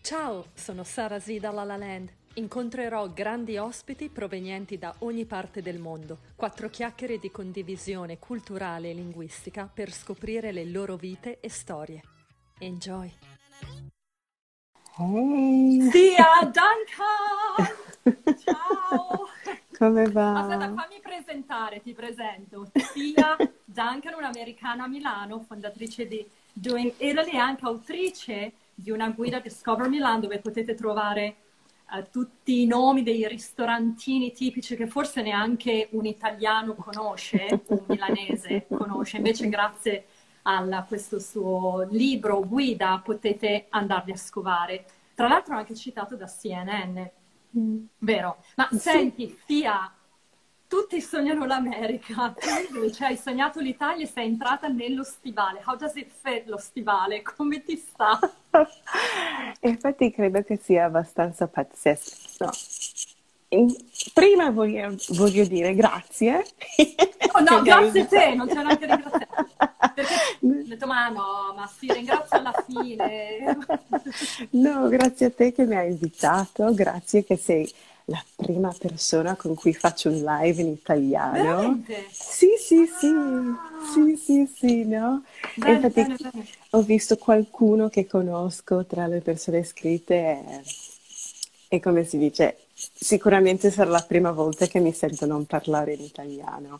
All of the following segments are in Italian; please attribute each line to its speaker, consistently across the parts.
Speaker 1: Ciao, sono Sara Z da La La Land. Incontrerò grandi ospiti provenienti da ogni parte del mondo. Quattro chiacchiere di condivisione culturale e linguistica per scoprire le loro vite e storie. Enjoy!
Speaker 2: Ehi,
Speaker 1: Sia Duncan! Ciao!
Speaker 2: come
Speaker 1: Aspetta,
Speaker 2: va?
Speaker 1: fammi presentare, ti presento. Sia Duncan, un'americana a Milano, fondatrice di Doing Italy e anche autrice di una guida Discover Milan dove potete trovare tutti i nomi dei ristorantini tipici che forse neanche un italiano conosce, o un milanese conosce. Invece grazie a questo suo libro guida potete andarli a scovare. Tra l'altro anche citato da CNN.
Speaker 2: Mm,
Speaker 1: Vero, ma
Speaker 2: sì,
Speaker 1: senti, Fia, tutti sognano l'America, tu invece hai sognato l'Italia e sei entrata nello stivale. How does it fit lo stivale? Come ti sta?
Speaker 2: infatti credo che sia abbastanza pazzesco. No. In- Prima voglio dire grazie
Speaker 1: Oh
Speaker 2: che
Speaker 1: no,
Speaker 2: mi hai
Speaker 1: grazie a
Speaker 2: invitato.
Speaker 1: te, non c'è neanche ringraziato. Perché ho detto, ma no, ma si ringrazia alla fine.
Speaker 2: No, grazie a te che mi hai invitato, grazie che sei la prima persona con cui faccio un live in italiano.
Speaker 1: Veramente?
Speaker 2: Sì, sì, sì,
Speaker 1: Ah,
Speaker 2: sì, sì, sì, no? E
Speaker 1: bene,
Speaker 2: infatti
Speaker 1: bene, bene.
Speaker 2: ho visto qualcuno che conosco tra le persone iscritte e come si dice, sicuramente sarà la prima volta che mi sento non parlare in italiano.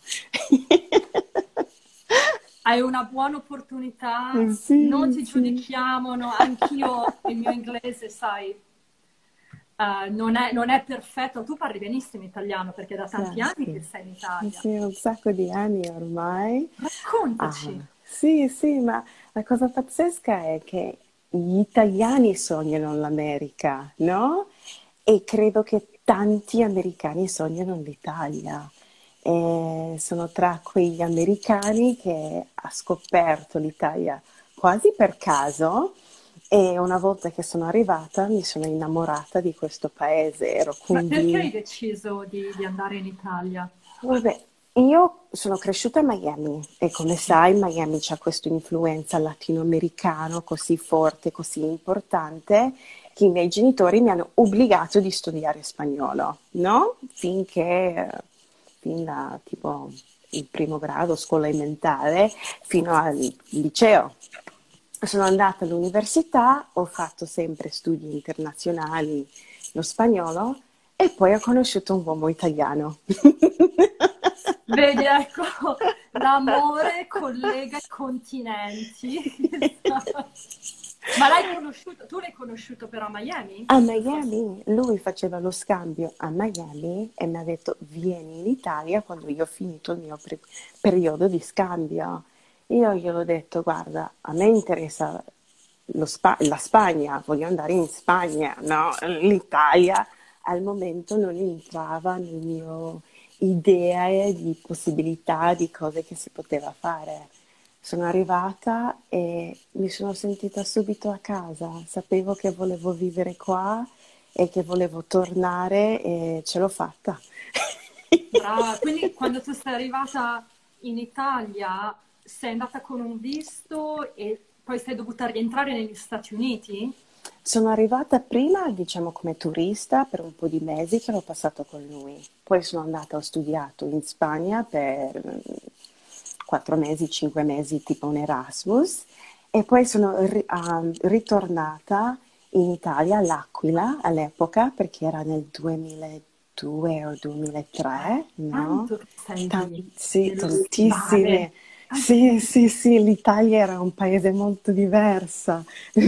Speaker 1: Hai una buona opportunità, non
Speaker 2: Sì,
Speaker 1: ti
Speaker 2: sì.
Speaker 1: giudichiamo, no, anch'io il mio inglese, sai, non è perfetto. Tu parli benissimo italiano perché è da tanti anni che
Speaker 2: Certo,
Speaker 1: sei in
Speaker 2: sì,
Speaker 1: Italia.
Speaker 2: sì, un sacco di anni ormai. Ah,
Speaker 1: Raccontaci.
Speaker 2: sì, sì, ma la cosa pazzesca è che gli italiani sognano l'America, no? E credo che tanti americani sognano l'Italia. E sono tra quegli americani che ha scoperto l'Italia quasi per caso e una volta che sono arrivata mi sono innamorata di questo paese, ero
Speaker 1: Ma perché hai
Speaker 2: convinta.
Speaker 1: deciso di andare in Italia?
Speaker 2: Vabbè, io sono cresciuta a Miami e come sai Miami c'ha questa influenza latinoamericana così forte, così importante, che i miei genitori mi hanno obbligato di studiare spagnolo, no? Fin da tipo il primo grado, scuola elementare, fino al liceo. Sono andata all'università, ho fatto sempre studi internazionali, lo spagnolo, e poi ho conosciuto un uomo italiano.
Speaker 1: Vedi, ecco, l'amore collega i continenti. Ma l'hai conosciuto, tu l'hai conosciuto però a Miami?
Speaker 2: A
Speaker 1: Giusto?
Speaker 2: Miami, lui faceva lo scambio a Miami e mi ha detto vieni in Italia quando io ho finito il mio periodo di scambio. Io glielo ho detto, guarda, a me interessa la Spagna, voglio andare in Spagna, no? L'Italia al momento non entrava nel mio idea di possibilità di cose che si poteva fare. Sono arrivata e mi sono sentita subito a casa, sapevo che volevo vivere qua e che volevo tornare e ce l'ho fatta.
Speaker 1: Brava, quindi quando tu sei arrivata in Italia sei andata con un visto e poi sei dovuta rientrare negli Stati Uniti?
Speaker 2: Sono arrivata prima, diciamo, come turista per un po' di mesi che l'ho passato con lui. Poi sono andata, ho studiato in Spagna per 4 mesi, 5 mesi, tipo un Erasmus, e poi sono ritornata in Italia, all'Aquila, all'epoca, perché era nel 2002 o 2003, no?
Speaker 1: Tanto che sei lì,
Speaker 2: Sì,
Speaker 1: nello
Speaker 2: tantissime.
Speaker 1: stivale.
Speaker 2: Sì, sì, sì, l'Italia era un paese molto diverso.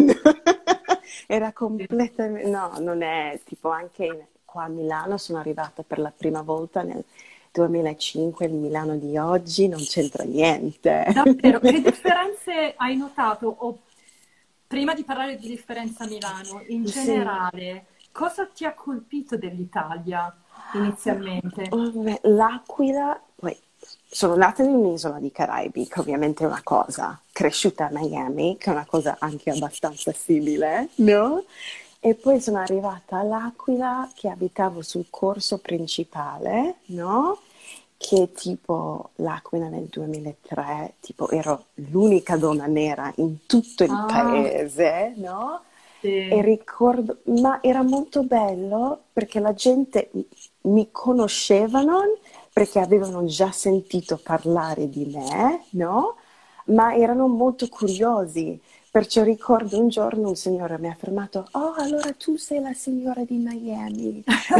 Speaker 2: Era completamente, no, non è tipo anche qua a Milano sono arrivata per la prima volta nel 2005, il Milano di oggi non c'entra niente.
Speaker 1: Davvero, che differenze hai notato? O, prima di parlare di differenza a Milano, in
Speaker 2: Sì.
Speaker 1: generale, cosa ti ha colpito dell'Italia inizialmente?
Speaker 2: Vabbè, l'Aquila, poi sono nata in un'isola di Caraibi, che ovviamente è una cosa, cresciuta a Miami, che è una cosa anche abbastanza simile, no? E poi sono arrivata all'Aquila che abitavo sul corso principale, no? Che tipo l'Aquila nel 2003, tipo ero l'unica donna nera in tutto il
Speaker 1: Ah,
Speaker 2: paese, no? E
Speaker 1: Sì.
Speaker 2: ricordo, ma era molto bello perché la gente mi conoscevano perché avevano già sentito parlare di me, no? Ma erano molto curiosi. Perciò ricordo un giorno un signore mi ha fermato, oh, allora tu sei la signora di Miami.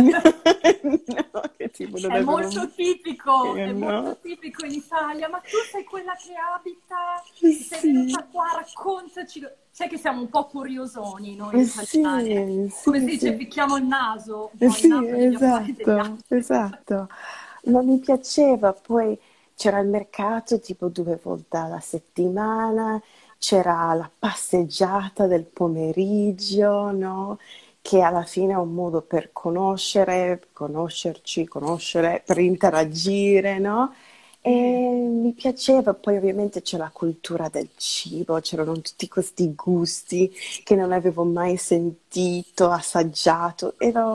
Speaker 2: No, che tipo non avevo...
Speaker 1: È
Speaker 2: No?
Speaker 1: molto tipico in Italia, ma tu sei quella che abita, sei
Speaker 2: Sì,
Speaker 1: venuta qua, raccontaci. Sai che siamo un po' curiosoni noi italiane.
Speaker 2: sì,
Speaker 1: Come si
Speaker 2: sì,
Speaker 1: dice,
Speaker 2: sì.
Speaker 1: picchiamo il naso un po' in
Speaker 2: Sì,
Speaker 1: Napoli gli affari degli
Speaker 2: esatto,
Speaker 1: altri.
Speaker 2: esatto. Ma mi piaceva, poi c'era il mercato tipo 2 volte alla settimana, c'era la passeggiata del pomeriggio, no? Che alla fine è un modo per conoscere, conoscerci, conoscere, per interagire, no? E
Speaker 1: Sì.
Speaker 2: mi piaceva, poi ovviamente c'è la cultura del cibo, c'erano tutti questi gusti che non avevo mai sentito, assaggiato.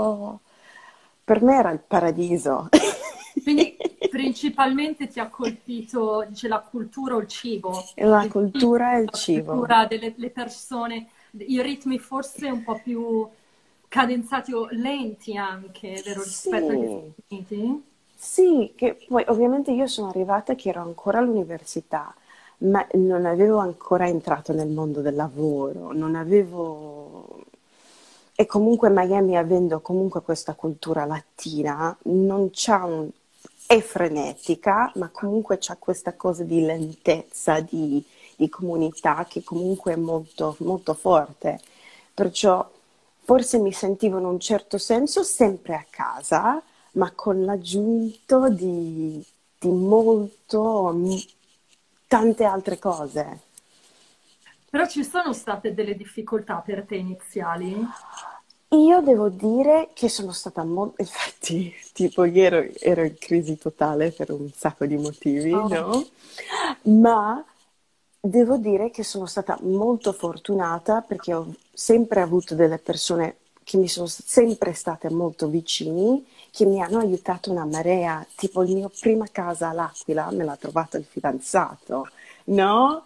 Speaker 2: Per me era il paradiso.
Speaker 1: Quindi principalmente ti ha colpito, dice, la cultura o il cibo,
Speaker 2: La cultura e il
Speaker 1: la
Speaker 2: cibo.
Speaker 1: cultura delle le persone, i ritmi forse un po' più cadenzati o lenti anche, vero, rispetto agli
Speaker 2: Sì,
Speaker 1: Stati Uniti?
Speaker 2: sì, che poi ovviamente io sono arrivata che ero ancora all'università, ma non avevo ancora entrato nel mondo del lavoro, non avevo... E comunque Miami, avendo comunque questa cultura latina, non c'ha un... è frenetica, ma comunque c'ha questa cosa di lentezza, di comunità che comunque è molto, molto forte. Perciò forse mi sentivo in un certo senso sempre a casa, ma con l'aggiunto di molto, tante altre cose.
Speaker 1: Però ci sono state delle difficoltà per te iniziali?
Speaker 2: Io devo dire che sono stata molto, infatti, tipo, ero in crisi totale per un sacco di motivi,
Speaker 1: Oh,
Speaker 2: no? Ma devo dire che sono stata molto fortunata perché ho sempre avuto delle persone che mi sono sempre state molto vicini, che mi hanno aiutato una marea. Tipo, il mio prima casa all'Aquila me l'ha trovato il fidanzato, no?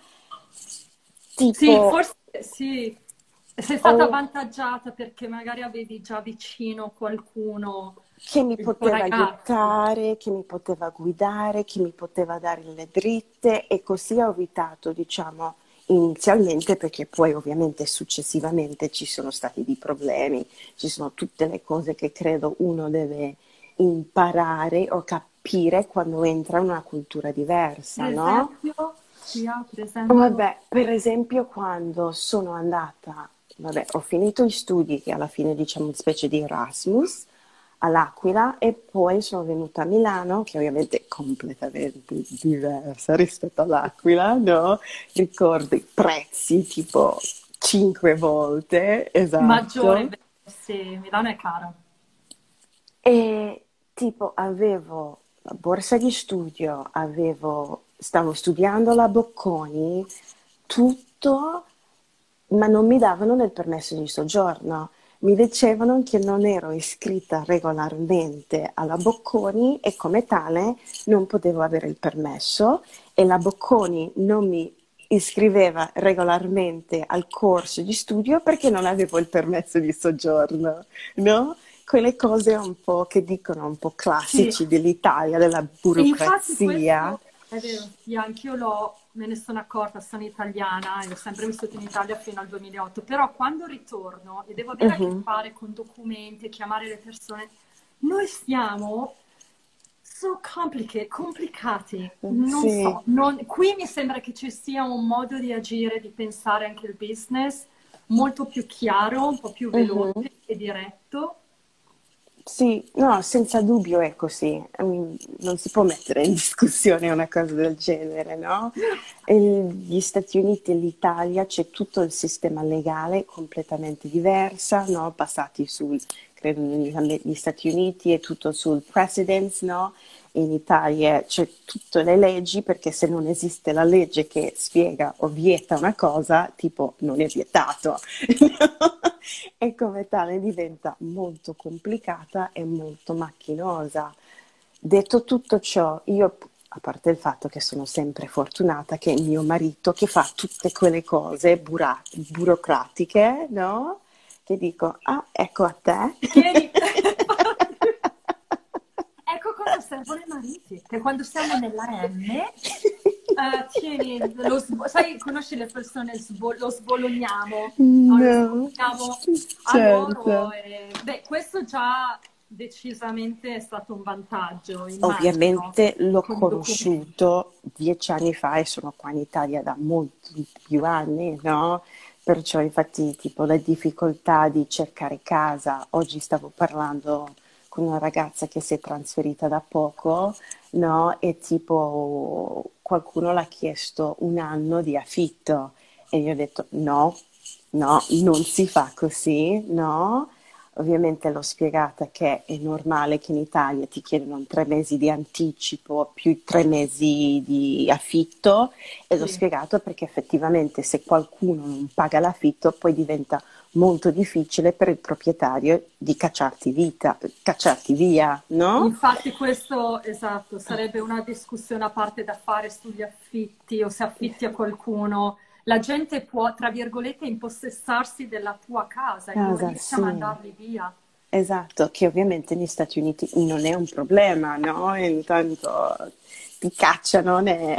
Speaker 2: Tipo,
Speaker 1: sì, forse sì. Sei stata
Speaker 2: ho
Speaker 1: avvantaggiata perché magari avevi già vicino qualcuno,
Speaker 2: che mi
Speaker 1: il tuo
Speaker 2: poteva
Speaker 1: ragazzo.
Speaker 2: aiutare, che mi poteva guidare, che mi poteva dare le dritte e così ho evitato, diciamo, inizialmente perché poi ovviamente successivamente ci sono stati dei problemi, ci sono tutte le cose che credo uno deve imparare o capire quando entra in una cultura
Speaker 1: Per
Speaker 2: diversa, no?
Speaker 1: esempio, Sia, per esempio.
Speaker 2: Vabbè, per esempio quando sono andata, vabbè, ho finito gli studi che alla fine diciamo una specie di Erasmus all'Aquila e poi sono venuta a Milano, che ovviamente è completamente diversa rispetto all'Aquila, no? Ricordo i prezzi tipo 5 volte,
Speaker 1: Maggiore,
Speaker 2: esatto.
Speaker 1: beh, sì, Milano è cara.
Speaker 2: E tipo avevo la borsa di studio, stavo studiando la Bocconi, tutto, ma non mi davano il permesso di soggiorno. Mi dicevano che non ero iscritta regolarmente alla Bocconi e come tale non potevo avere il permesso e la Bocconi non mi iscriveva regolarmente al corso di studio perché non avevo il permesso di soggiorno, no? Quelle cose un po' che dicono un po'
Speaker 1: Sì,
Speaker 2: classici dell'Italia, della
Speaker 1: e infatti
Speaker 2: burocrazia.
Speaker 1: questo è vero, sì, anch'io me ne sono accorta, sono italiana e ho sempre vissuto in Italia fino al 2008, però quando ritorno e devo avere a che
Speaker 2: Mhm.
Speaker 1: fare con documenti e chiamare le persone, noi siamo complicati, non
Speaker 2: Sì.
Speaker 1: so, qui mi sembra che ci sia un modo di agire, di pensare anche il business molto più chiaro, un po' più
Speaker 2: Mhm.
Speaker 1: veloce e diretto.
Speaker 2: Sì, no, senza dubbio è così. Non si può mettere in discussione una cosa del genere, no? Gli Stati Uniti e l'Italia c'è tutto il sistema legale completamente diverso, no? Basati credo negli Stati Uniti è tutto sul precedence, no? In Italia c'è tutte le leggi perché se non esiste la legge che spiega o vieta una cosa, tipo non è vietato. E come tale diventa molto complicata e molto macchinosa. Detto tutto ciò, io, a parte il fatto che sono sempre fortunata che è mio marito che fa tutte quelle cose burocratiche, no? che dico, ah, ecco a te.
Speaker 1: Tieni. Ecco cosa servono i mariti, che quando siamo nella M, tieni, sai, conosci le persone, lo sbologniamo, no? Lo
Speaker 2: No,
Speaker 1: sbologniamo a loro.
Speaker 2: certo.
Speaker 1: Beh, questo già decisamente è stato un vantaggio, immagino,
Speaker 2: Ovviamente l'ho
Speaker 1: con i documenti.
Speaker 2: conosciuto 10 anni fa e sono qua in Italia da molti più anni, no? Perciò infatti tipo la difficoltà di cercare casa, oggi stavo parlando con una ragazza che si è trasferita da poco, no? E tipo qualcuno l'ha chiesto un anno di affitto e io ho detto no, no, non si fa così, no? Ovviamente l'ho spiegata che è normale che in Italia ti chiedono 3 mesi di anticipo più 3 mesi di affitto e l'ho
Speaker 1: Sì.
Speaker 2: spiegato perché effettivamente se qualcuno non paga l'affitto poi diventa molto difficile per il proprietario di cacciarti via, no?
Speaker 1: Infatti questo, esatto, sarebbe una discussione a parte da fare sugli affitti o se affitti a qualcuno. La gente può, tra virgolette, impossessarsi della tua casa in
Speaker 2: Casa,
Speaker 1: malizia a
Speaker 2: sì.
Speaker 1: mandarli via.
Speaker 2: Esatto, che ovviamente negli Stati Uniti non è un problema, no? E intanto ti cacciano, né?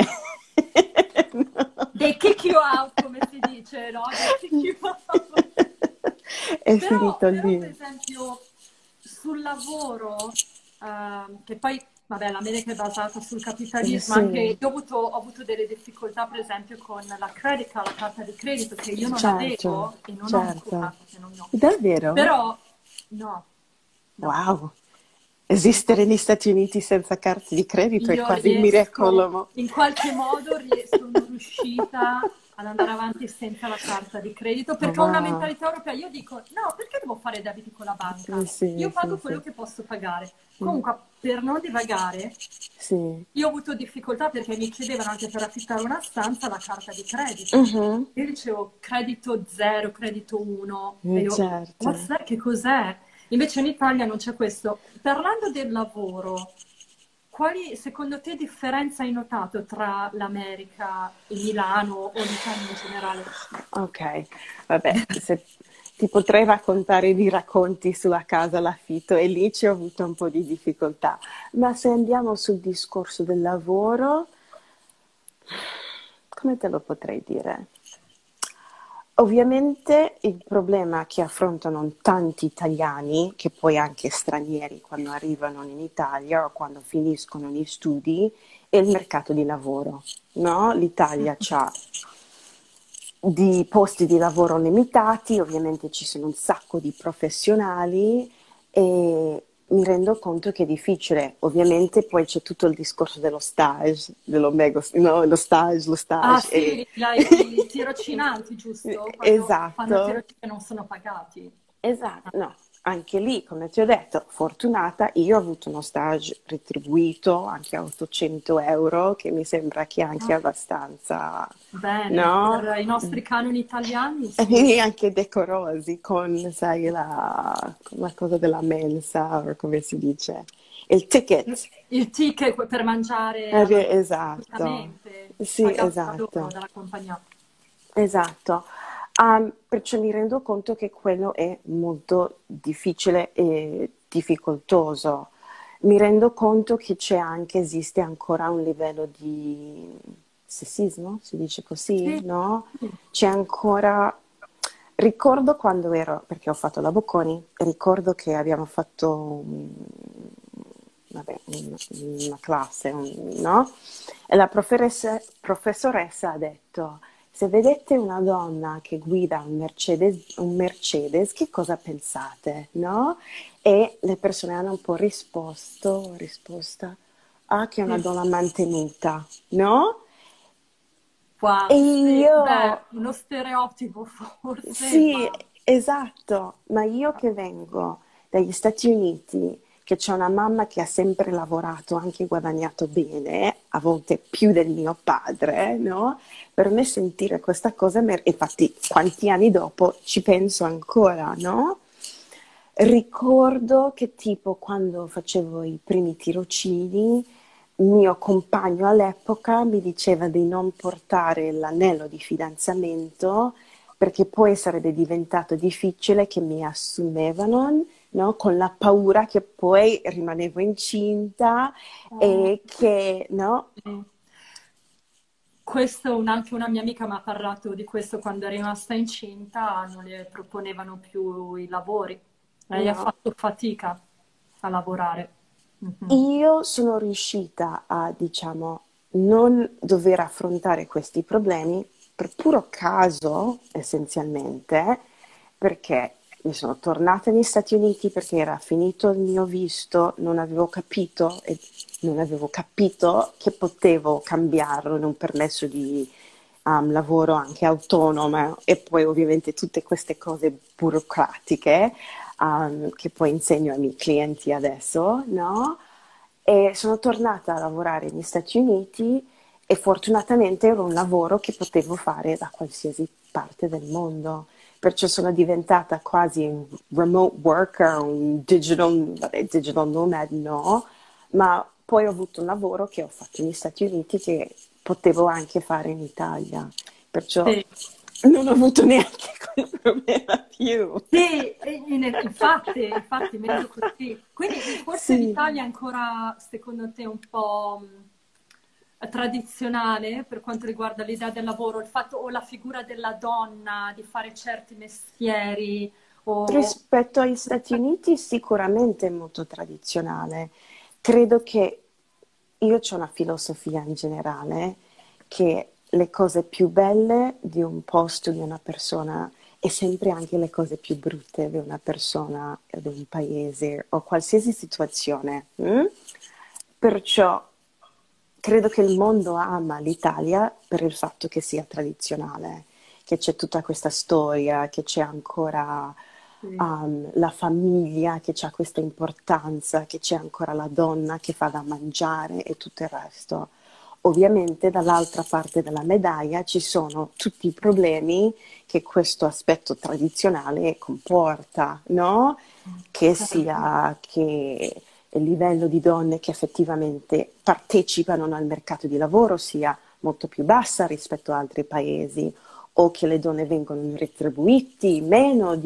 Speaker 1: They kick you out, come si dice, no? They kick you out.
Speaker 2: È
Speaker 1: Però,
Speaker 2: finito
Speaker 1: però, per
Speaker 2: lì.
Speaker 1: esempio, sul lavoro, che poi, vabbè, l'America è basata sul capitalismo, anche
Speaker 2: Sì,
Speaker 1: io ho avuto delle difficoltà, per esempio, con la credit card, la carta di credito, che io non
Speaker 2: certo,
Speaker 1: avevo e non ho
Speaker 2: certo.
Speaker 1: ancora, perché non ne ho.
Speaker 2: Davvero?
Speaker 1: Però, no, no.
Speaker 2: Wow. Esistere negli Stati Uniti senza carte di credito è
Speaker 1: Io
Speaker 2: quasi un
Speaker 1: riesco,
Speaker 2: miracolo.
Speaker 1: in qualche modo sono riuscita ad andare avanti senza la carta di credito perché ho una
Speaker 2: Wow.
Speaker 1: mentalità europea. Io dico, no, perché devo fare debiti con la banca?
Speaker 2: Sì,
Speaker 1: Io
Speaker 2: sì,
Speaker 1: pago
Speaker 2: sì.
Speaker 1: quello che posso pagare.
Speaker 2: Mm,
Speaker 1: Comunque, per non divagare,
Speaker 2: sì.
Speaker 1: io ho avuto difficoltà perché mi chiedevano anche per affittare una stanza la carta di credito.
Speaker 2: Mhm,
Speaker 1: Io dicevo credito 0, credito 1 e io, what's
Speaker 2: certo.
Speaker 1: that? Che cos'è? Invece in Italia non c'è questo. Parlando del lavoro, quali secondo te differenze hai notato tra l'America e Milano o l'Italia in generale?
Speaker 2: Ok, vabbè, se ti potrei raccontare di racconti sulla casa, l'affitto e lì ci ho avuto un po' di difficoltà, ma se andiamo sul discorso del lavoro, come te lo potrei dire? Ovviamente il problema che affrontano tanti italiani, che poi anche stranieri quando arrivano in Italia o quando finiscono gli studi, è il mercato di lavoro, no? L'Italia ha di posti di lavoro limitati, ovviamente ci sono un sacco di professionali e mi rendo conto che è difficile. Ovviamente poi c'è tutto il discorso dello stage, no, lo
Speaker 1: Ah
Speaker 2: stage
Speaker 1: sì,
Speaker 2: e...
Speaker 1: i tirocinanti, giusto? Quando fanno
Speaker 2: Esatto.
Speaker 1: tirocini e non sono pagati.
Speaker 2: Esatto, no, anche lì, come ti ho detto, fortunata, io ho avuto uno stage retribuito anche a 800 euro, che mi sembra che anche
Speaker 1: Ah,
Speaker 2: abbastanza,
Speaker 1: bene,
Speaker 2: no?
Speaker 1: per i nostri canoni italiani, sì.
Speaker 2: E anche decorosi con, sai, la cosa della mensa, o come si dice, il ticket.
Speaker 1: Il ticket per mangiare alla
Speaker 2: Esatto,
Speaker 1: gratuitamente,
Speaker 2: sì,
Speaker 1: pagato da loro,
Speaker 2: esatto.
Speaker 1: dalla compagnia.
Speaker 2: Esatto. Perciò mi rendo conto che quello è molto difficile e difficoltoso. Mi rendo conto che esiste ancora un livello di sessismo, si dice così,
Speaker 1: Sì,
Speaker 2: no?
Speaker 1: sì.
Speaker 2: C'è ancora. Ricordo quando ero, perché ho fatto la Bocconi, ricordo che abbiamo fatto vabbè, una classe, no? E la professoressa ha detto, se vedete una donna che guida un Mercedes, che cosa pensate, no? E le persone hanno un po' risposta, ah, che è una
Speaker 1: Sì.
Speaker 2: donna mantenuta, no? E
Speaker 1: Wow, sì,
Speaker 2: io
Speaker 1: beh, uno stereotipo forse,
Speaker 2: sì,
Speaker 1: ma
Speaker 2: esatto, ma io che vengo dagli Stati Uniti, che c'è una mamma che ha sempre lavorato, anche guadagnato bene, a volte più del mio padre, no? Per me sentire questa cosa, infatti quanti anni dopo ci penso ancora, no? Ricordo che tipo quando facevo i primi tirocini, il mio compagno all'epoca mi diceva di non portare l'anello di fidanzamento perché poi sarebbe diventato difficile che mi assumevano, no? Con la paura che poi rimanevo incinta
Speaker 1: Oh,
Speaker 2: e che, no?
Speaker 1: sì. Questo, anche una mia amica mi ha parlato di questo quando è rimasta incinta, non le proponevano più i lavori. Lei ha
Speaker 2: No.
Speaker 1: fatto fatica a lavorare. Mhm.
Speaker 2: Io sono riuscita a, diciamo, non dover affrontare questi problemi per puro caso, essenzialmente, perché mi sono tornata negli Stati Uniti perché era finito il mio visto, non avevo capito che potevo cambiarlo in un permesso di lavoro anche autonomo e poi ovviamente tutte queste cose burocratiche che poi insegno ai miei clienti adesso, no? E sono tornata a lavorare negli Stati Uniti e fortunatamente era un lavoro che potevo fare da qualsiasi parte del mondo. Perciò sono diventata quasi un remote worker, un digital nomad no, ma poi ho avuto un lavoro che ho fatto negli Stati Uniti che potevo anche fare in Italia. Perciò
Speaker 1: Sì.
Speaker 2: non ho avuto neanche quel problema più.
Speaker 1: Sì, infatti, mi rendo così. Quindi forse
Speaker 2: Sì.
Speaker 1: l'Italia è ancora, secondo te, un po' tradizionale per quanto riguarda l'idea del lavoro, il fatto o la figura della donna di fare certi mestieri o...
Speaker 2: Rispetto agli Stati Uniti sicuramente è molto tradizionale. Credo che io ho una filosofia in generale che le cose più belle di un posto, di una persona, e sempre anche le cose più brutte di una persona, di un paese o qualsiasi situazione. Perciò credo che il mondo ama l'Italia per il fatto che sia tradizionale, che c'è tutta questa storia, che c'è ancora
Speaker 1: Sì.
Speaker 2: la famiglia, che c'ha questa importanza, che c'è ancora la donna che fa da mangiare e tutto il resto. Ovviamente dall'altra parte della medaglia ci sono tutti i problemi che questo aspetto tradizionale comporta, no? Che
Speaker 1: Certo.
Speaker 2: sia che il livello di donne che effettivamente partecipano al mercato di lavoro sia molto più bassa rispetto a altri paesi, o che le donne vengono retribuiti meno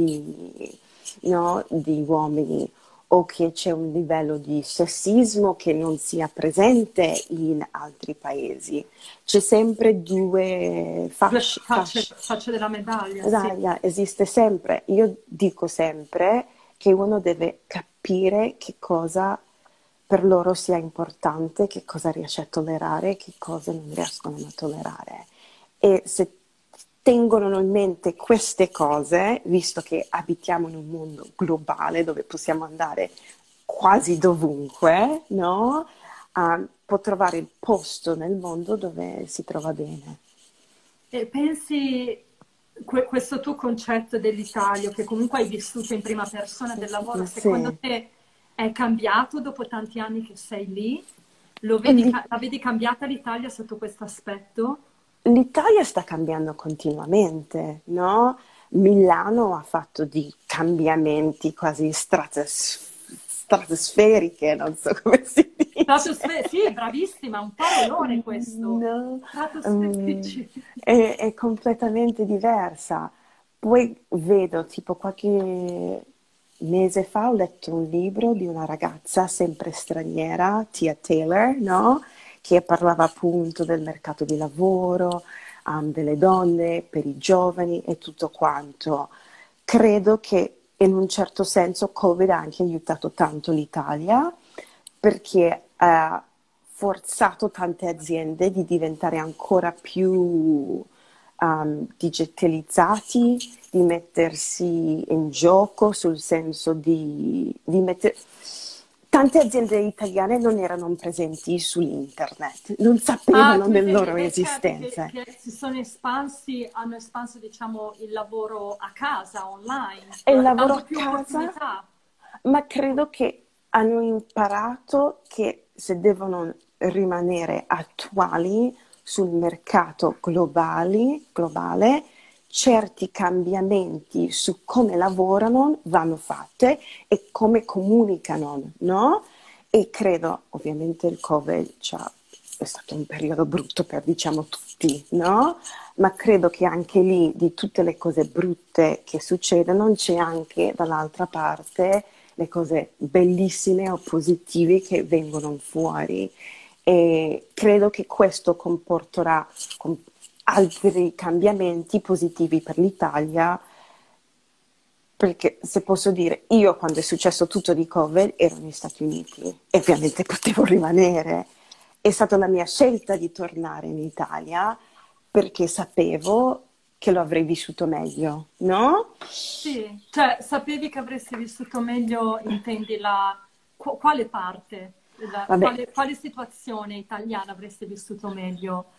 Speaker 2: no, di uomini, o che c'è un livello di sessismo che non sia presente in altri paesi. C'è sempre due
Speaker 1: Due
Speaker 2: fasce,
Speaker 1: facce, facce della medaglia, sì.
Speaker 2: medaglia, esiste sempre. Io dico sempre che uno deve capire che cosa per loro sia importante, che cosa riesce a tollerare, che cosa non riescono a tollerare. E se tengono in mente queste cose, visto che abitiamo in un mondo globale dove possiamo andare quasi dovunque, no? Può trovare il posto nel mondo dove si trova bene.
Speaker 1: E pensi questo tuo concetto dell'Italia, che comunque hai vissuto in prima persona del lavoro, secondo
Speaker 2: Sì.
Speaker 1: te è cambiato dopo tanti anni che sei lì?
Speaker 2: L'I-
Speaker 1: La vedi cambiata l'Italia sotto questo aspetto?
Speaker 2: L'Italia sta cambiando continuamente, no? Milano ha fatto di cambiamenti quasi stratosferiche, non so come si dice.
Speaker 1: Sì, bravissima, un parolone questo.
Speaker 2: No, mm,
Speaker 1: Stratosferici.
Speaker 2: è completamente diversa. Poi vedo, tipo qualche mese fa ho letto un libro di una ragazza sempre straniera, Tia Taylor, no? Che parlava appunto del mercato di lavoro, delle donne, per i giovani e tutto quanto. Credo che in un certo senso Covid ha anche aiutato tanto l'Italia perché ha forzato tante aziende di diventare ancora più digitalizzati, di mettersi in gioco sul senso di mettere... Tante aziende italiane non erano presenti su internet, non
Speaker 1: Ah,
Speaker 2: sapevano
Speaker 1: tu
Speaker 2: delle
Speaker 1: intendi,
Speaker 2: loro
Speaker 1: certo,
Speaker 2: esistenze.
Speaker 1: che si sono espansi, hanno espanso, diciamo, il lavoro a casa, online,
Speaker 2: E lavoro
Speaker 1: dando
Speaker 2: a
Speaker 1: più
Speaker 2: casa,
Speaker 1: opportunità.
Speaker 2: ma credo che hanno imparato che se devono rimanere attuali sul mercato globale, certi cambiamenti su come lavorano vanno fatti e come comunicano, no? E credo, ovviamente il Covid ci ha è stato un periodo brutto per, diciamo, tutti, no? Ma credo che anche lì, di tutte le cose brutte che succedono, c'è anche dall'altra parte le cose bellissime o positive che vengono fuori. E credo che questo comporterà altri cambiamenti positivi per l'Italia, perché se posso dire, io quando è successo tutto di Covid ero negli Stati Uniti e ovviamente potevo rimanere. È stata la mia scelta di tornare in Italia perché sapevo che lo avrei vissuto meglio, no?
Speaker 1: Sì, cioè sapevi che avresti vissuto meglio, intendi quale parte,
Speaker 2: Vabbè,
Speaker 1: quale situazione italiana avresti vissuto meglio?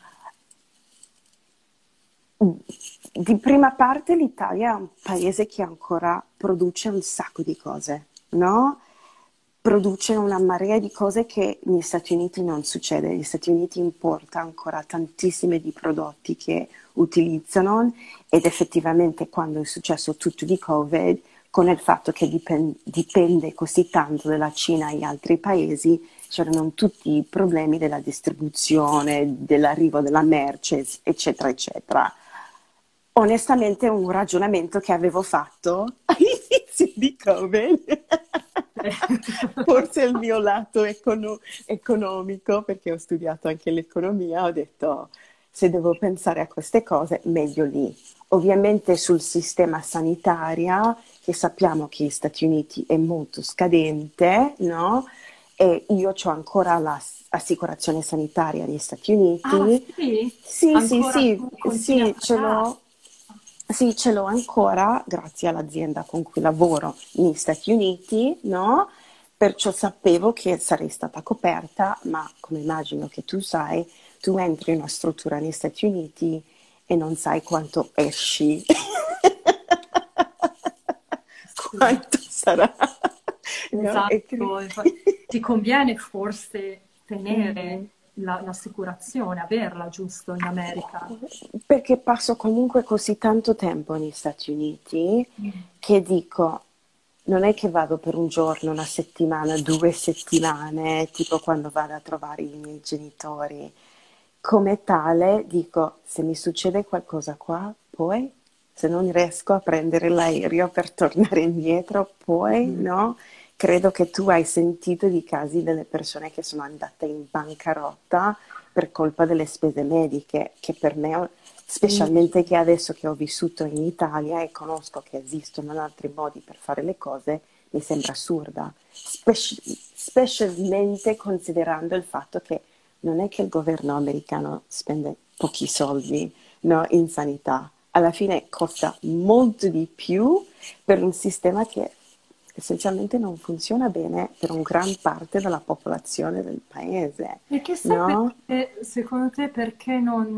Speaker 2: di prima parte l'Italia è un paese che ancora produce un sacco di cose, no? Produce una marea di cose che negli Stati Uniti non succede. Gli Stati Uniti importa ancora tantissimi di prodotti che utilizzano ed effettivamente quando è successo tutto di Covid, con il fatto che dipende così tanto dalla Cina e altri paesi, c'erano tutti i problemi della distribuzione, dell'arrivo della merce, eccetera, eccetera. Onestamente è un ragionamento che avevo fatto all'inizio di Covid. Forse il mio lato economico, perché ho studiato anche l'economia, ho detto se devo pensare a queste cose, meglio lì. Ovviamente sul sistema sanitario, che sappiamo che gli Stati Uniti è molto scadente, no? E io ho ancora l'assicurazione sanitaria negli Stati
Speaker 1: Ah,
Speaker 2: Uniti.
Speaker 1: sì?
Speaker 2: Sì, sì,
Speaker 1: Ancora
Speaker 2: sì,
Speaker 1: tu continui a
Speaker 2: sì, ce
Speaker 1: pagare?
Speaker 2: l'ho. Sì, ce l'ho ancora, grazie all'azienda con cui lavoro negli Stati Uniti, no? Perciò sapevo che sarei stata coperta, ma come immagino che tu sai, tu entri in una struttura negli Stati Uniti e non sai quanto esci,
Speaker 1: Sì.
Speaker 2: quanto sarà, no?
Speaker 1: Esatto, ti conviene forse tenere
Speaker 2: Mhm.
Speaker 1: l'assicurazione, averla giusto in America.
Speaker 2: Perché passo comunque così tanto tempo negli Stati Uniti
Speaker 1: Mm.
Speaker 2: che dico, non è che vado per un giorno, una settimana, 2 settimane, tipo quando vado a trovare i miei genitori. Come tale, dico, se mi succede qualcosa qua, poi, se non riesco a prendere l'aereo per tornare indietro, poi,
Speaker 1: Mhm.
Speaker 2: no? Credo che tu hai sentito di casi delle persone che sono andate in bancarotta per colpa delle spese mediche, che per me,
Speaker 1: Sì.
Speaker 2: specialmente che adesso che ho vissuto in Italia e conosco che esistono altri modi per fare le cose, mi sembra assurda, specialmente considerando il fatto che non è che il governo americano spende pochi soldi, no, in sanità. Alla fine costa molto di più per un sistema che essenzialmente non funziona bene per un gran parte della popolazione del paese,
Speaker 1: E chissà
Speaker 2: no?
Speaker 1: perché, secondo te, perché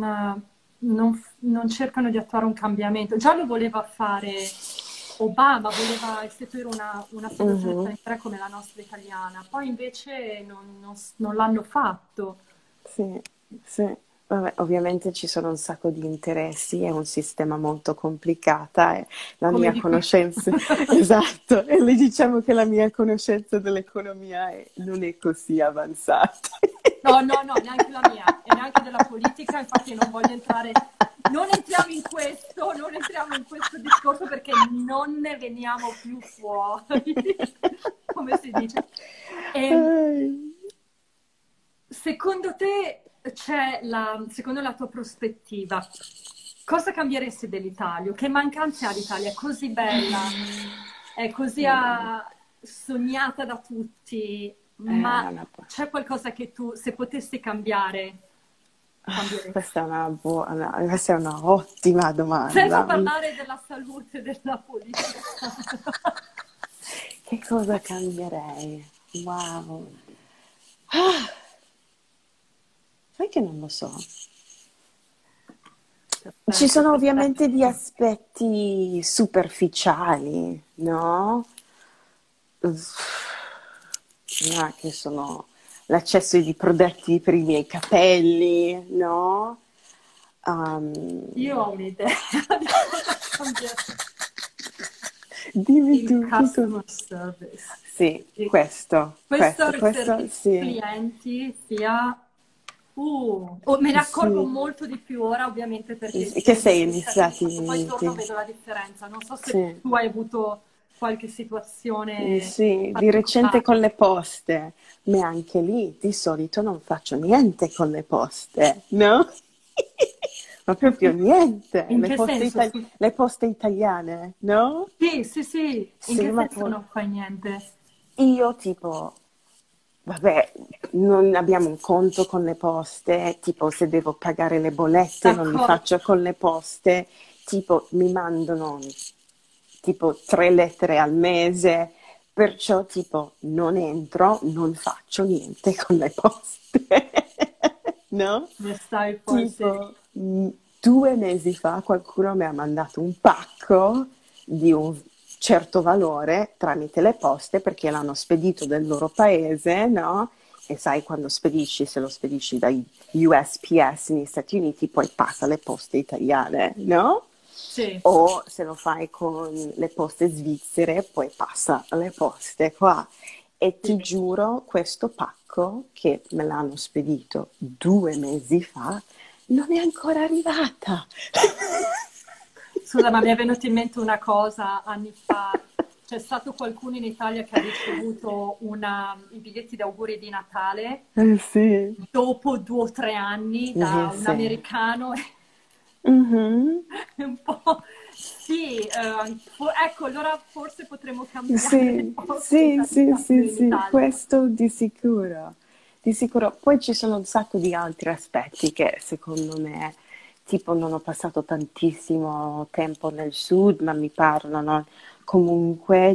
Speaker 1: non cercano di attuare un cambiamento? Già lo voleva fare Obama, voleva istituire un'assicurazione
Speaker 2: Mhm.
Speaker 1: sanitaria come la nostra italiana, poi invece non l'hanno fatto.
Speaker 2: Sì, sì. Vabbè, ovviamente ci sono un sacco di interessi, è un sistema molto complicata e la
Speaker 1: Come
Speaker 2: mia
Speaker 1: di qui.
Speaker 2: conoscenza, esatto, e le diciamo che la mia conoscenza dell'economia non è così avanzata.
Speaker 1: No, no, no, neanche la mia, e neanche della politica, infatti non voglio entrare, non entriamo in questo, non entriamo in questo discorso perché non ne veniamo più fuori, come si dice. E
Speaker 2: Ai.
Speaker 1: secondo te secondo la tua prospettiva, cosa cambieresti dell'Italia? Che mancanze ha l'Italia? È così bella, è così sognata da tutti,
Speaker 2: È
Speaker 1: ma
Speaker 2: una-
Speaker 1: c'è qualcosa che tu, se potessi cambiare, cambieresti?
Speaker 2: questa è una ottima
Speaker 1: Senza
Speaker 2: domanda.
Speaker 1: parlare della salute, della politica.
Speaker 2: Che cosa cambierei? Wow. Ah, sai che non lo so. Ci
Speaker 1: Perfetto,
Speaker 2: sono ovviamente di
Speaker 1: perfetto.
Speaker 2: aspetti superficiali, no? Che sono l'accesso di prodotti per i miei capelli, no?
Speaker 1: Io
Speaker 2: Um,
Speaker 1: ho un'idea di cosa cambieresti.
Speaker 2: dimmi
Speaker 1: Il
Speaker 2: tu che cosa.
Speaker 1: customer service.
Speaker 2: Sì,
Speaker 1: E
Speaker 2: questo,
Speaker 1: questo
Speaker 2: questo
Speaker 1: servizio
Speaker 2: sì.
Speaker 1: clienti sia Me ne accorgo
Speaker 2: Sì,
Speaker 1: molto di più ora, ovviamente, perché
Speaker 2: che
Speaker 1: vivo
Speaker 2: sei
Speaker 1: negli
Speaker 2: negli
Speaker 1: Stati
Speaker 2: Stati
Speaker 1: Uniti, poi torno e
Speaker 2: Uniti.
Speaker 1: vedo la differenza. Non so se
Speaker 2: Sì.
Speaker 1: tu hai avuto qualche situazione
Speaker 2: Sì, di recente
Speaker 1: particolare.
Speaker 2: con le poste, ma anche lì di solito non faccio niente con le poste, no? Ma proprio niente,
Speaker 1: In che senso?
Speaker 2: le poste italiane, no?
Speaker 1: Sì, sì, sì. In
Speaker 2: Sì,
Speaker 1: che
Speaker 2: ma
Speaker 1: senso
Speaker 2: poi
Speaker 1: non fai niente?
Speaker 2: io tipo, vabbè, non abbiamo un conto con le poste, tipo se devo pagare le bollette non li
Speaker 1: D'accordo.
Speaker 2: faccio con le poste, tipo mi mandano tipo 3 lettere al mese, perciò tipo non entro, non faccio niente con le poste, no?
Speaker 1: Ne stai poi, sì.
Speaker 2: Tipo 2 mesi fa qualcuno mi ha mandato un pacco di un certo valore tramite le poste perché l'hanno spedito del loro paese, no? E sai, quando spedisci, se lo spedisci dai USPS negli Stati Uniti, poi passa alle poste italiane, no?
Speaker 1: Sì.
Speaker 2: O se lo fai con le poste svizzere, poi passa alle poste qua. E
Speaker 1: Sì.
Speaker 2: ti giuro, questo pacco che me l'hanno spedito 2 mesi fa non è ancora arrivata.
Speaker 1: Scusa, ma mi è venuta in mente una cosa, anni fa c'è stato qualcuno in Italia che ha ricevuto i biglietti d'auguri di Natale
Speaker 2: Sì,
Speaker 1: dopo 2 o 3 anni da un
Speaker 2: sì.
Speaker 1: americano.
Speaker 2: Mhm.
Speaker 1: È un po'. Sì, ecco, allora forse potremmo cambiare le
Speaker 2: Sì,
Speaker 1: poste
Speaker 2: sì, sì, sì,
Speaker 1: in
Speaker 2: sì,
Speaker 1: Italia.
Speaker 2: questo di sicuro, di sicuro. Poi ci sono un sacco di altri aspetti che secondo me, tipo non ho passato tantissimo tempo nel sud, ma mi parlano comunque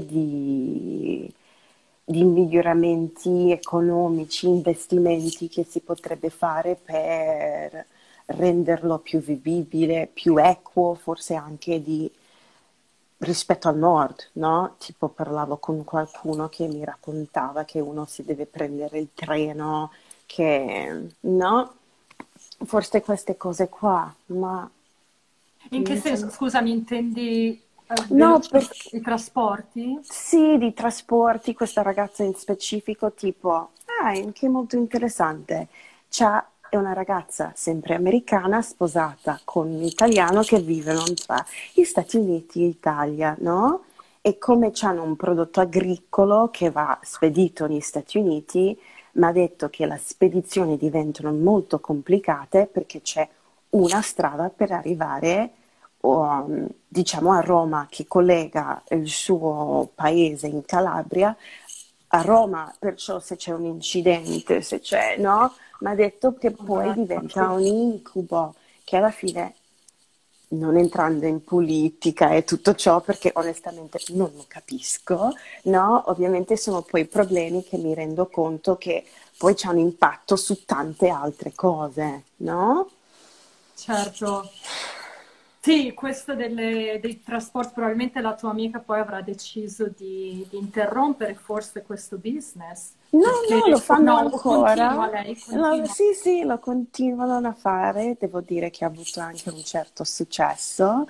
Speaker 2: di miglioramenti economici, investimenti che si potrebbe fare per renderlo più vivibile, più equo, forse anche rispetto al nord, no? Tipo parlavo con qualcuno che mi raccontava che uno si deve prendere il treno, che no? Forse queste cose qua, ma
Speaker 1: In che
Speaker 2: non
Speaker 1: senso,
Speaker 2: so.
Speaker 1: scusami, intendi
Speaker 2: No, perché
Speaker 1: i trasporti?
Speaker 2: sì, di trasporti, questa ragazza in specifico, tipo, che è molto interessante. È una ragazza sempre americana, sposata con un italiano che vivono tra gli Stati Uniti e Italia, no? E come c'hanno un prodotto agricolo che va spedito negli Stati Uniti, mi ha detto che le spedizioni diventano molto complicate perché c'è una strada per arrivare diciamo a Roma che collega il suo paese in Calabria a Roma, perciò se c'è un incidente, se c'è, no? Mi ha detto che poi diventa un incubo, che alla fine, non entrando in politica e tutto ciò, perché onestamente non lo capisco, no? Ovviamente sono poi problemi che mi rendo conto che poi c'è un impatto su tante altre cose, no?
Speaker 1: Certo. Sì, questo dei trasporti, probabilmente la tua amica poi avrà deciso di interrompere forse questo business,
Speaker 2: No,
Speaker 1: perché
Speaker 2: no, lo
Speaker 1: o
Speaker 2: fanno
Speaker 1: no, o continua
Speaker 2: ancora.
Speaker 1: lei, continua.
Speaker 2: Sì, sì, lo continuano a fare. Devo dire che ha avuto anche un certo successo.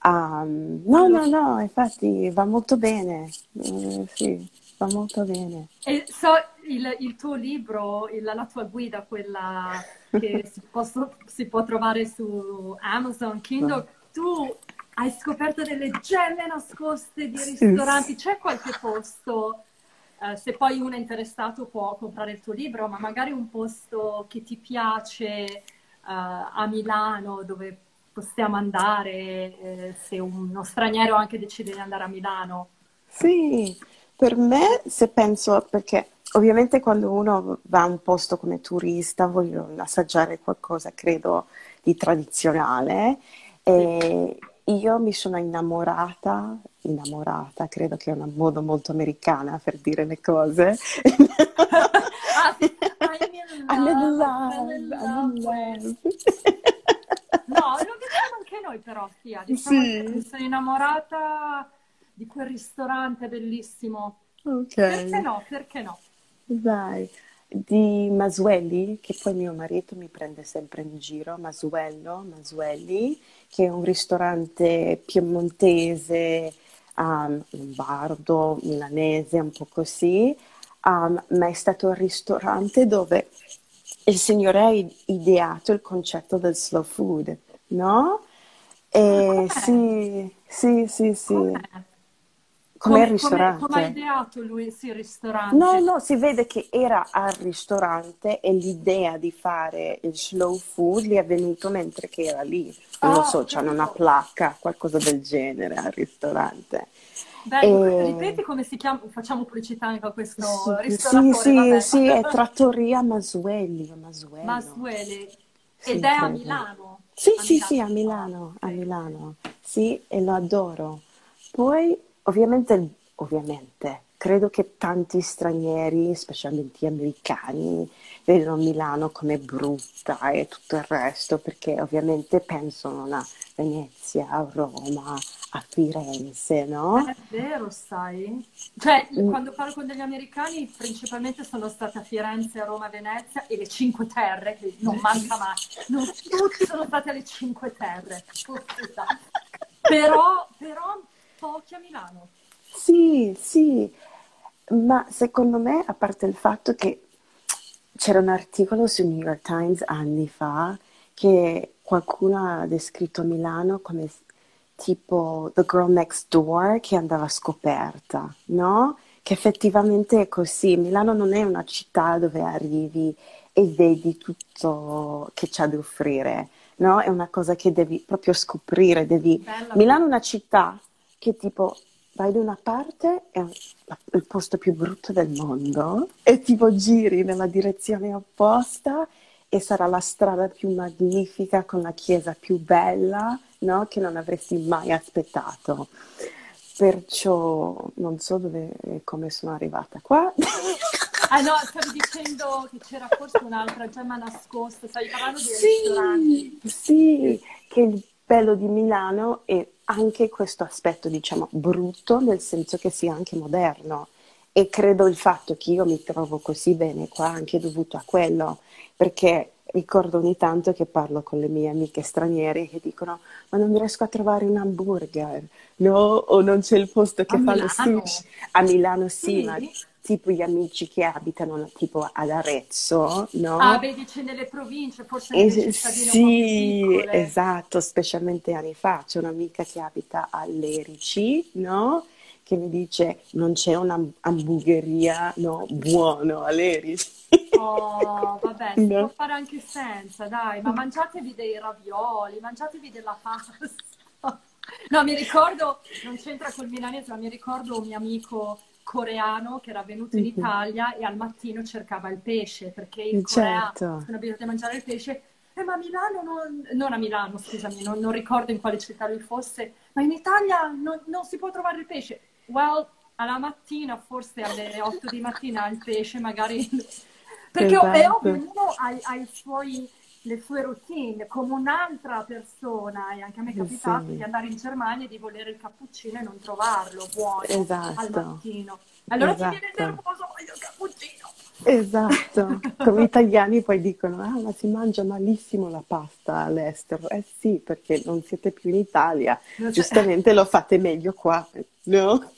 Speaker 2: No,
Speaker 1: Allora,
Speaker 2: no, no, infatti va molto bene. Sì, va molto bene.
Speaker 1: e so il tuo libro, la tua guida, quella che si può trovare su Amazon, Kindle, tu hai scoperto delle gemme nascoste di
Speaker 2: Sì, sì.
Speaker 1: ristoranti. C'è qualche posto, se poi uno è interessato può comprare il tuo libro, ma magari un posto che ti piace, a Milano, dove possiamo andare, se uno straniero anche decide di andare a Milano.
Speaker 2: Sì, per me, se penso, perché ovviamente quando uno va a un posto come turista voglio assaggiare qualcosa, credo, di tradizionale.
Speaker 1: Sì.
Speaker 2: E io mi sono innamorata, credo che è un modo molto americana per dire le cose.
Speaker 1: Ah, sì, I'm in
Speaker 2: I'm in
Speaker 1: love, I fell
Speaker 2: love,
Speaker 1: in
Speaker 2: I'm in
Speaker 1: love with.
Speaker 2: love.
Speaker 1: No, lo diciamo anche noi però, Stia, diciamo anche noi. Mi
Speaker 2: Sì,
Speaker 1: sono innamorata di quel ristorante bellissimo.
Speaker 2: ok.
Speaker 1: Perché no? Perché no?
Speaker 2: Dai, di Masuelli, che poi mio marito mi prende sempre in giro, Masuelli, che è un ristorante piemontese, lombardo, milanese, un po' così, ma è stato il ristorante dove il signore ha ideato il concetto del slow food, no?
Speaker 1: Ah,
Speaker 2: E
Speaker 1: com'è?
Speaker 2: sì, sì, sì, sì,
Speaker 1: Com'è?
Speaker 2: come il
Speaker 1: Come ha
Speaker 2: ristorante.
Speaker 1: ideato lui, sì, il
Speaker 2: No,
Speaker 1: ristorante?
Speaker 2: no, si vede che era al ristorante e l'idea di fare il slow food gli è venuto mentre che era lì. Non lo
Speaker 1: Ah,
Speaker 2: so,
Speaker 1: ho
Speaker 2: c'hanno una
Speaker 1: capito.
Speaker 2: placca, qualcosa del genere al ristorante.
Speaker 1: Beh,
Speaker 2: E
Speaker 1: ripeti come si chiama? Facciamo pubblicità anche a questo
Speaker 2: sì, sì,
Speaker 1: ristoratore,
Speaker 2: sì,
Speaker 1: vabbè.
Speaker 2: sì, è Trattoria Masuelli, o Masuello.
Speaker 1: Masuele. Ed
Speaker 2: Sì,
Speaker 1: è a
Speaker 2: credo.
Speaker 1: Milano.
Speaker 2: Sì,
Speaker 1: A
Speaker 2: sì,
Speaker 1: Milano.
Speaker 2: sì,
Speaker 1: Ah,
Speaker 2: A
Speaker 1: ok.
Speaker 2: Milano, sì, e lo adoro. Poi, ovviamente, credo che tanti stranieri, specialmente gli americani, vedono Milano come brutta e tutto il resto, perché ovviamente pensano a Venezia, a Roma, a Firenze, no?
Speaker 1: È vero, sai? Cioè,
Speaker 2: Mm,
Speaker 1: quando parlo con degli americani, principalmente sono stata a Firenze, a Roma, a Venezia e le Cinque Terre, che non manca mai. Non tutti sono stati alle Cinque Terre, caspita. Però pochi a Milano.
Speaker 2: sì, sì, ma secondo me, a parte il fatto che c'era un articolo sul New York Times anni fa che qualcuno ha descritto Milano come tipo The Girl Next Door che andava scoperta, no? Che effettivamente è così. Milano non è una città dove arrivi e vedi tutto che c'ha da offrire, no? È una cosa che devi proprio scoprire, devi...
Speaker 1: Bella
Speaker 2: Milano è
Speaker 1: così.
Speaker 2: una città che tipo vai da una parte è il posto più brutto del mondo e tipo giri nella direzione opposta e sarà la strada più magnifica con la chiesa più bella, no? Che non avresti mai aspettato. Perciò non so dove e come sono arrivata qua.
Speaker 1: Ah no, stavi dicendo che c'era forse un'altra gemma nascosta, stavi parlando dei ristoranti.
Speaker 2: Sì, sì, che il bello di Milano è anche questo aspetto, diciamo, brutto, nel senso che sia anche moderno. E credo il fatto che io mi trovo così bene qua anche dovuto a quello, perché ricordo ogni tanto che parlo con le mie amiche straniere che dicono: Ma non riesco a trovare un hamburger, no? O non c'è il posto
Speaker 1: A
Speaker 2: che fa lo sushi.
Speaker 1: Milano?
Speaker 2: A Milano sì, ma
Speaker 1: Sì?
Speaker 2: tipo gli amici che abitano tipo ad Arezzo,
Speaker 1: Ah,
Speaker 2: no?
Speaker 1: beh, dici nelle province, forse nelle cittadine un po' più
Speaker 2: Sì,
Speaker 1: piccole.
Speaker 2: esatto, specialmente anni fa. C'è un'amica che abita a Lerici, no? Che mi dice non c'è un'hamburgeria, no, buono a Lerici.
Speaker 1: Oh, vabbè, si può
Speaker 2: No?
Speaker 1: fare anche senza, dai, ma mangiatevi dei ravioli, mangiatevi della pasta. No, mi ricordo, non c'entra col milanese, ma mi ricordo un mio amico coreano che era venuto in
Speaker 2: Mhm.
Speaker 1: Italia e al mattino cercava il pesce, perché in Corea
Speaker 2: Certo,
Speaker 1: sono abituati a mangiare il pesce. Ma a Milano, non a Milano, scusami, non ricordo in quale città lui fosse, ma in Italia non si può trovare il pesce. Well, alla mattina, forse alle 8 di mattina, il pesce magari... Perché è ovvio,
Speaker 2: esatto.
Speaker 1: ognuno ha le sue routine, come un'altra persona, e anche a me è capitato di
Speaker 2: Sì,
Speaker 1: andare in Germania e di volere il cappuccino e non trovarlo buono al
Speaker 2: esatto,
Speaker 1: mattino. Allora ti viene
Speaker 2: esatto.
Speaker 1: nervoso, voglio il cappuccino.
Speaker 2: Esatto, come italiani poi dicono, ah, ma si mangia malissimo la pasta all'estero. Eh sì, perché non siete più in Italia,
Speaker 1: Non c'è-
Speaker 2: giustamente lo fate meglio qua, no?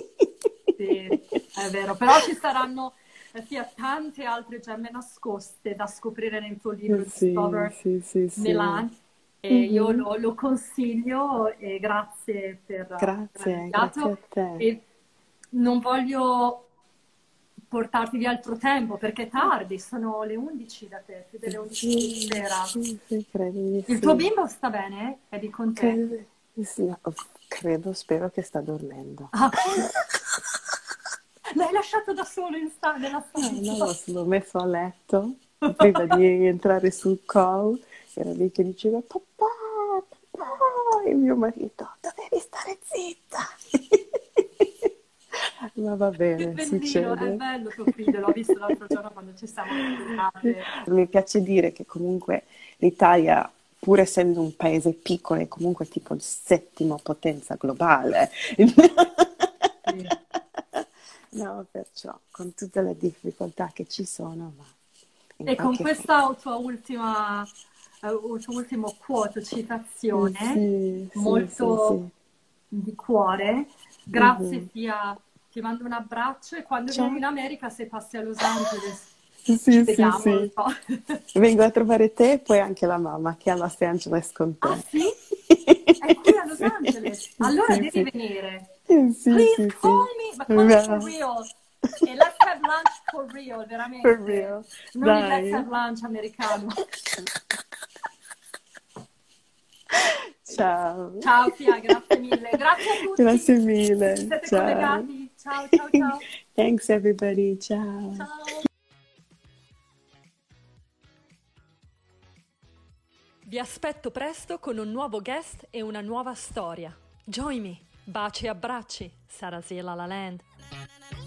Speaker 1: Sì, è vero, però ci saranno sia tante altre gemme nascoste da scoprire nel tuo libro
Speaker 2: Sì,
Speaker 1: Discover
Speaker 2: sì, sì, sì.
Speaker 1: Milan e io
Speaker 2: Mhm.
Speaker 1: lo consiglio e grazie per avermi
Speaker 2: Grazie, grazie
Speaker 1: dato
Speaker 2: a te.
Speaker 1: e non voglio portarti via altro tempo perché è tardi, sono le 11 da te, più delle 11 di
Speaker 2: Sì,
Speaker 1: sera.
Speaker 2: sì, sì, credo di
Speaker 1: Il tuo
Speaker 2: sì.
Speaker 1: bimbo sta bene? È di con te?
Speaker 2: Credo, sì, no, credo, spero che sta dormendo.
Speaker 1: Ah, l'hai lasciato da solo nella
Speaker 2: No,
Speaker 1: stanza?
Speaker 2: l'ho messo a letto prima di entrare sul call, era lì che diceva papà, papà, e mio marito, dovevi stare zitta. Ma va
Speaker 1: Che
Speaker 2: bene,
Speaker 1: bellino, è
Speaker 2: succede.
Speaker 1: bello tuo figlio, l'ho visto l'altro giorno quando ci siamo salutate.
Speaker 2: Mi piace dire che comunque l'Italia, pur essendo un paese piccolo, è comunque tipo il settimo potenza globale.
Speaker 1: Sì.
Speaker 2: No, perciò, con tutte le difficoltà che ci sono, ma in
Speaker 1: E con
Speaker 2: qualche
Speaker 1: questa tuo ultimo quote, citazione,
Speaker 2: sì, sì, sì,
Speaker 1: molto
Speaker 2: sì.
Speaker 1: di cuore, grazie
Speaker 2: Mhm.
Speaker 1: sia, ti mando un abbraccio e quando vieni
Speaker 2: Ciao.
Speaker 1: in America, se passi a Los Angeles, Ci
Speaker 2: Sì, sì,
Speaker 1: vediamo, non
Speaker 2: sì.
Speaker 1: so.
Speaker 2: Vengo a trovare te e poi anche la mamma che è a Los Angeles con
Speaker 1: Ah
Speaker 2: te.
Speaker 1: sì? È qui a Los
Speaker 2: Sì,
Speaker 1: Angeles. Allora
Speaker 2: sì,
Speaker 1: devi
Speaker 2: sì.
Speaker 1: venire.
Speaker 2: Sì,
Speaker 1: Please
Speaker 2: sì,
Speaker 1: call
Speaker 2: sì.
Speaker 1: me, but call me for
Speaker 2: Va.
Speaker 1: real. E let's have lunch for real,
Speaker 2: For
Speaker 1: veramente.
Speaker 2: real.
Speaker 1: Non il let's
Speaker 2: Dai.
Speaker 1: have lunch americano.
Speaker 2: Ciao.
Speaker 1: Ciao Pia, grazie mille. Grazie a tutti
Speaker 2: Grazie
Speaker 1: che vi
Speaker 2: mille.
Speaker 1: siete
Speaker 2: Ciao.
Speaker 1: collegati. Ciao, ciao, ciao.
Speaker 2: Thanks everybody. Ciao.
Speaker 1: Ciao.
Speaker 3: Vi aspetto presto con un nuovo guest e una nuova storia. Join me. Baci e abbracci. Sarasiela La Land.